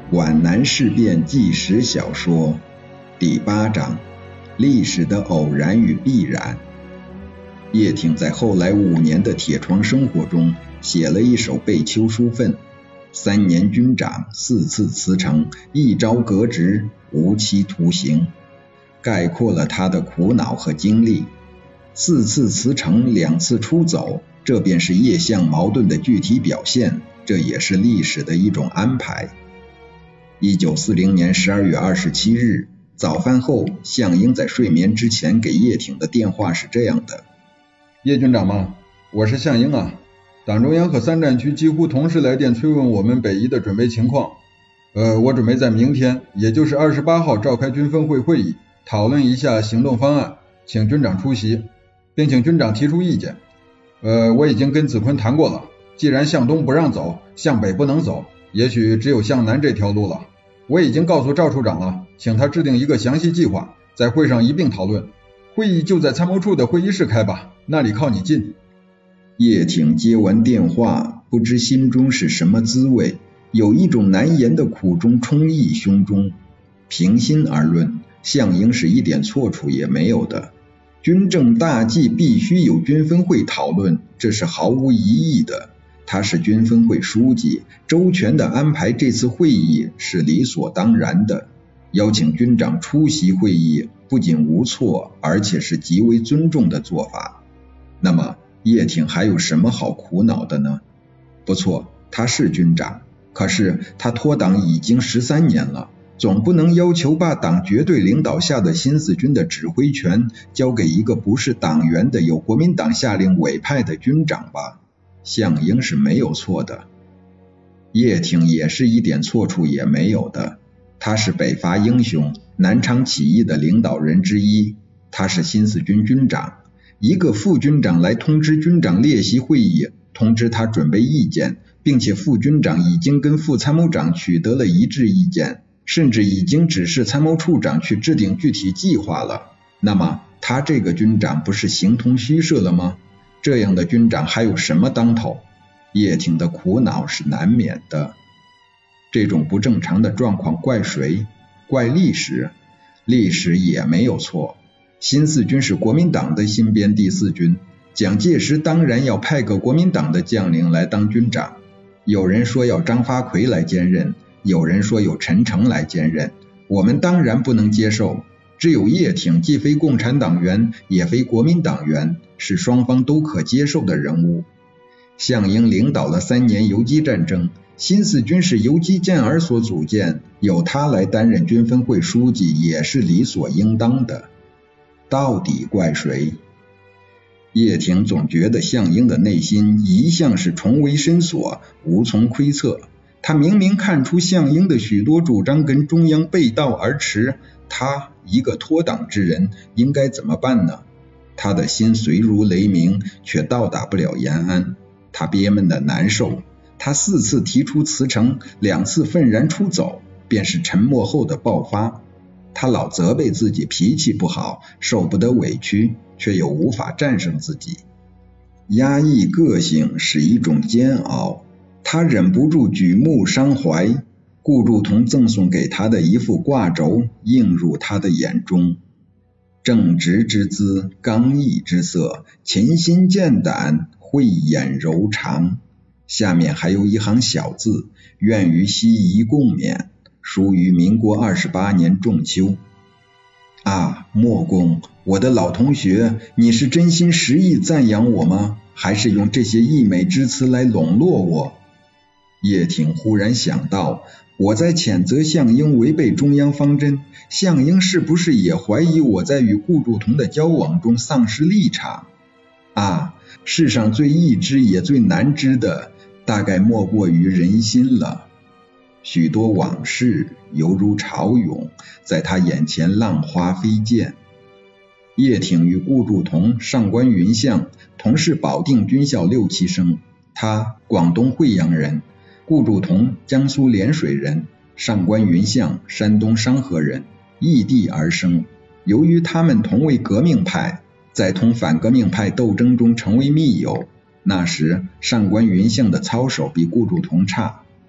皖南事变纪实小说第8章：历史的偶然与必然。叶挺在后来5年的铁床生活中写了一首背丘书愤，3年军长，4次辞呈，1朝革职，无期徒刑，概括了他的苦恼和经历。4次辞呈，2次出走，这便是叶项矛盾的具体表现，这也是历史的一种安排。1940年12月27日早饭后，项英在睡眠之前给叶挺的电话是这样的： 叶军长吗？我是项英啊。党中央和3战区几乎同时来电催问我们北移的准备情况。我准备在明天，也就是28号召开军分会会议，讨论一下行动方案，请军长出席，并请军长提出意见。我已经跟子坤谈过了，既然向东不让走，向北不能走，也许只有向南这条路了。我已经告诉赵处长了，请他制定一个详细计划，在会上一并讨论。会议就在参谋处的会议室开吧，那里靠你近。 叶挺接完电话，不知心中是什么滋味，有一种难言的苦衷冲溢胸中。平心而论，项英是一点错处也没有的。军政大计必须有军分会讨论，这是毫无疑义的。他是军分会书记，周全的安排这次会议是理所当然的。邀请军长出席会议不仅无错，而且是极为尊重的做法。那么叶挺还有什么好苦恼的呢？不错，他是军长，可是他脱党已经13年了，总不能要求把党绝对领导下的新四军的指挥权交给一个不是党员的有国民党下令委派的军长吧。项英是没有错的，叶挺也是一点错处也没有的。他是北伐英雄，南昌起义的领导人之一，他是新四军军长。一个副军长来通知军长列席会议，通知他准备意见，并且副军长已经跟副参谋长取得了一致意见，甚至已经指示参谋处长去制定具体计划了。那么他这个军长不是形同虚设了吗？这样的军长还有什么当头？叶挺的苦恼是难免的。这种不正常的状况怪谁？怪历史？历史也没有错。新四军是国民党的新编第4军，蒋介石当然要派个国民党的将领来当军长。有人说要张发奎来兼任，有人说有陈诚来兼任，我们当然不能接受。只有叶挺既非共产党员，也非国民党员，是双方都可接受的人物。项英领导了3年游击战争，新四军是游击健儿所组建，由他来担任军分会书记也是理所应当的。到底怪谁？叶挺总觉得项英的内心一向是重为深锁，无从窥测。他明明看出项英的许多主张跟中央背道而驰，他一个脱党之人应该怎么办呢？他的心虽如雷鸣，却到达不了延安。他憋闷的难受，他4次提出辞呈，2次愤然出走，便是沉默后的爆发。他老责备自己脾气不好，受不得委屈，却又无法战胜自己。压抑个性是一种煎熬，他忍不住举目伤怀。顾祝同赠送给他的一副挂轴映入他的眼中，正直之姿，刚毅之色，勤心见胆，慧眼柔肠。下面还有一行小字：愿与西夷共勉，书于民国28年仲秋。啊，莫公，我的老同学，你是真心实意赞扬我吗？还是用这些溢美之词来笼络我？叶挺忽然想到，我在谴责项英违背中央方针，项英是不是也怀疑我在与顾祝同的交往中丧失立场？啊，世上最易知也最难知的，大概莫过于人心了。许多往事犹如潮涌，在他眼前浪花飞溅。叶挺与顾祝同、上官云相同是保定军校6期生，他广东惠阳人，顾祝同江苏涟水人，上官云相山东商河人，异地而生。由于他们同为革命派，在同反革命派斗争中成为密友。那时上官云相的操守比顾祝同差，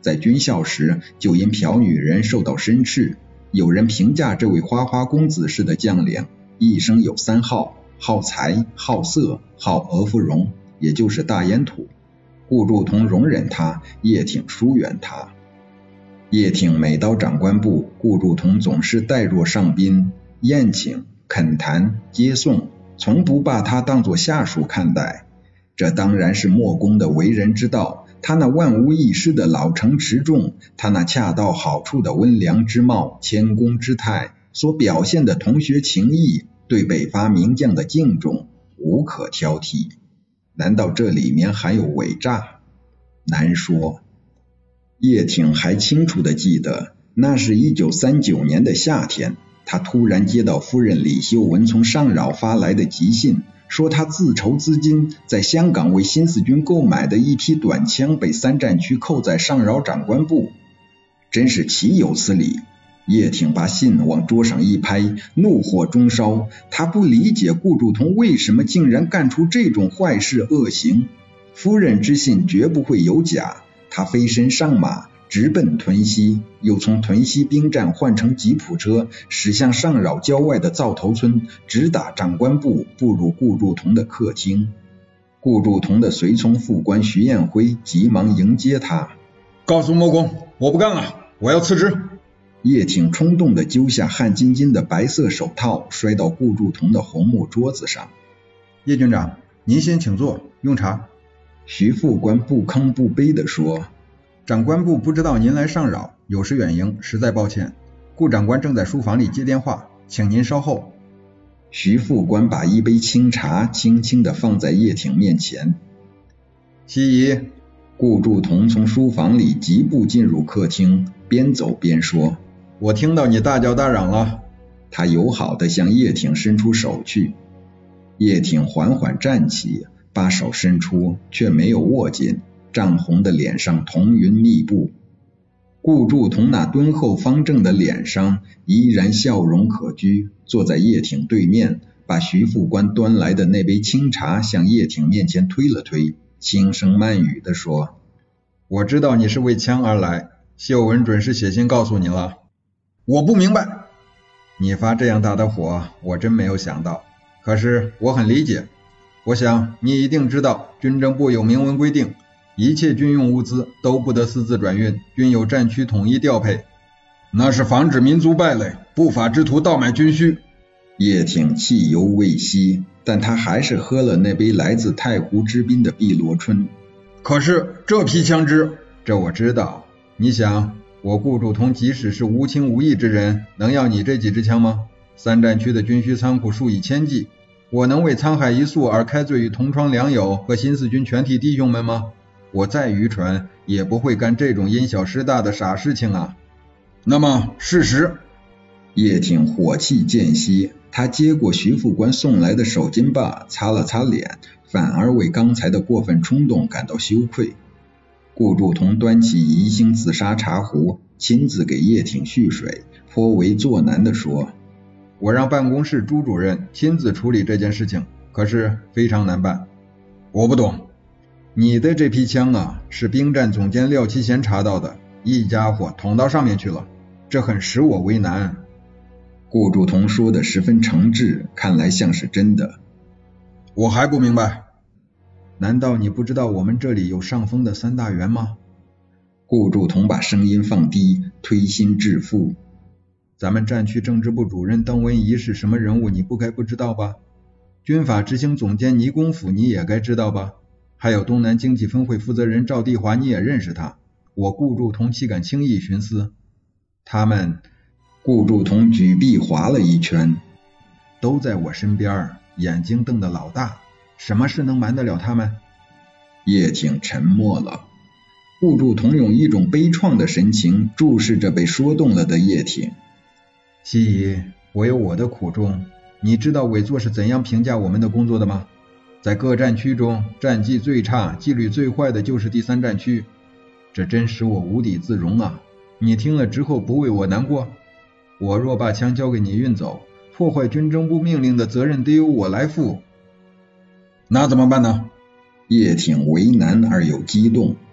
在军校时就因嫖女人受到申斥。有人评价这位花花公子式的将领一生有3好：好财、好色、好额芙蓉，也就是大烟土。顾祝同容忍他，叶挺疏远他。叶挺每到长官部，顾祝同总是待若上宾，宴请、恳谈、接送，从不把他当作下属看待。这当然是莫公的为人之道，他那万无一失的老成持重，他那恰到好处的温良之貌、谦恭之态，所表现的同学情谊，对北伐名将的敬重，无可挑剔。难道这里面还有伪诈？难说。叶挺还清楚地记得，那是1939年的夏天，他突然接到夫人李秀文从上饶发来的急信，说他自筹资金在香港为新四军购买的一批短枪被3战区扣在上饶长官部。真是岂有此理！叶挺把信往桌上一拍，怒火中烧，他不理解顾祝同为什么竟然干出这种坏事恶行。夫人之信绝不会有假，他飞身上马，直奔屯溪，又从屯溪兵站换乘吉普车，驶向上饶郊外的灶头村，直打长官部，步入顾祝同的客厅。顾祝同的随从副官徐彦辉急忙迎接他。 告诉莫公，我不干了，我要辞职。 叶挺冲动地揪下汗津津的白色手套，摔到顾祝同的红木桌子上。 叶军长，您先请坐，用茶。 徐副官不吭不卑地说， 长官部不知道您来上饶，有失远迎，实在抱歉。顾长官正在书房里接电话，请您稍后。 徐副官把一杯清茶轻轻地放在叶挺面前。 西仪。 顾祝同从书房里疾步进入客厅，边走边说， 我听到你大叫大嚷了。 他友好地向叶挺伸出手去。叶挺缓缓站起，把手伸出，却没有握紧，涨红的脸上彤云密布。顾祝同那敦厚方正的脸上依然笑容可掬，坐在叶挺对面，把徐副官端来的那杯清茶向叶挺面前推了推，轻声慢语地说， 我知道你是为枪而来，秀文准是写信告诉你了。我不明白。你发这样大的火，我真没有想到，可是我很理解。我想你一定知道，军政部有明文规定，一切军用物资都不得私自转运，均由战区统一调配，那是防止民族败类，不法之徒盗买军需。 叶挺气犹未息，但他还是喝了那杯来自太湖之滨的碧螺春。 可是这批枪支，这我知道。你想，我顾祝同即使是无情无义之人，能要你这几支枪吗？3战区的军需仓库数以千计，我能为沧海一粟而开罪于同窗良友和新四军全体弟兄们吗？我再愚蠢，也不会干这种因小失大的傻事情啊。那么事实？ 叶挺火气渐息，他接过徐副官送来的手巾把，擦了擦脸，反而为刚才的过分冲动感到羞愧。顾祝同端起宜兴自杀茶壶，亲自给叶挺蓄水，颇为作难地说， 我让办公室朱主任亲自处理这件事情，可是非常难办。我不懂。你的这批枪啊，是兵站总监廖其贤查到的，一家伙捅到上面去了，这很使我为难。 顾祝同说的十分诚挚，看来像是真的。 我还不明白。难道你不知道我们这里有上峰的3大员吗？ 顾祝同把声音放低，推心置腹。 咱们战区政治部主任邓文仪是什么人物，你不该不知道吧？军法执行总监倪公甫你也该知道吧？还有东南经济分会负责人赵地华，你也认识他。我顾祝同岂敢轻易徇私？他们…… 顾祝同举臂划了一圈， 都在我身边，眼睛瞪得老大，什么事能瞒得了他们？ 叶挺沉默了。顾祝同用一种悲怆的神情注视着被说动了的叶挺。 西仪，我有我的苦衷，你知道委座是怎样评价我们的工作的吗？在各战区中，战绩最差、纪律最坏的就是第3战区，这真使我无地自容啊！你听了之后不为我难过？我若把枪交给你运走，破坏军政部命令的责任得由我来负，那怎么办呢？ 叶挺为难而又激动。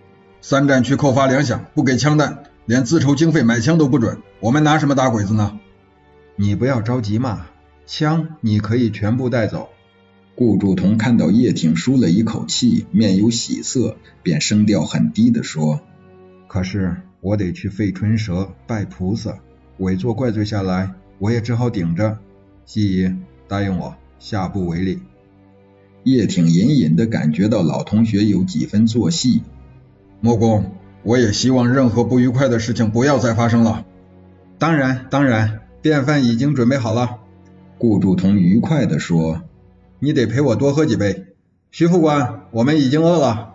3战区扣发2饷，不给枪弹，连自筹经费买枪都不准，我们拿什么打鬼子呢？ 你不要着急嘛，枪你可以全部带走。顾祝同看到叶挺舒了一口气，面有喜色，便声调很低地说，可是我得去废春蛇拜菩萨，委作怪罪下来，我也只好顶着。希爷，答应我，下不为例。叶挺隐隐地感觉到老同学有几分作戏。 莫公，我也希望任何不愉快的事情不要再发生了。 当然，便饭已经准备好了。顾祝同愉快地说，你得陪我多喝几杯。徐副官，我们已经饿了。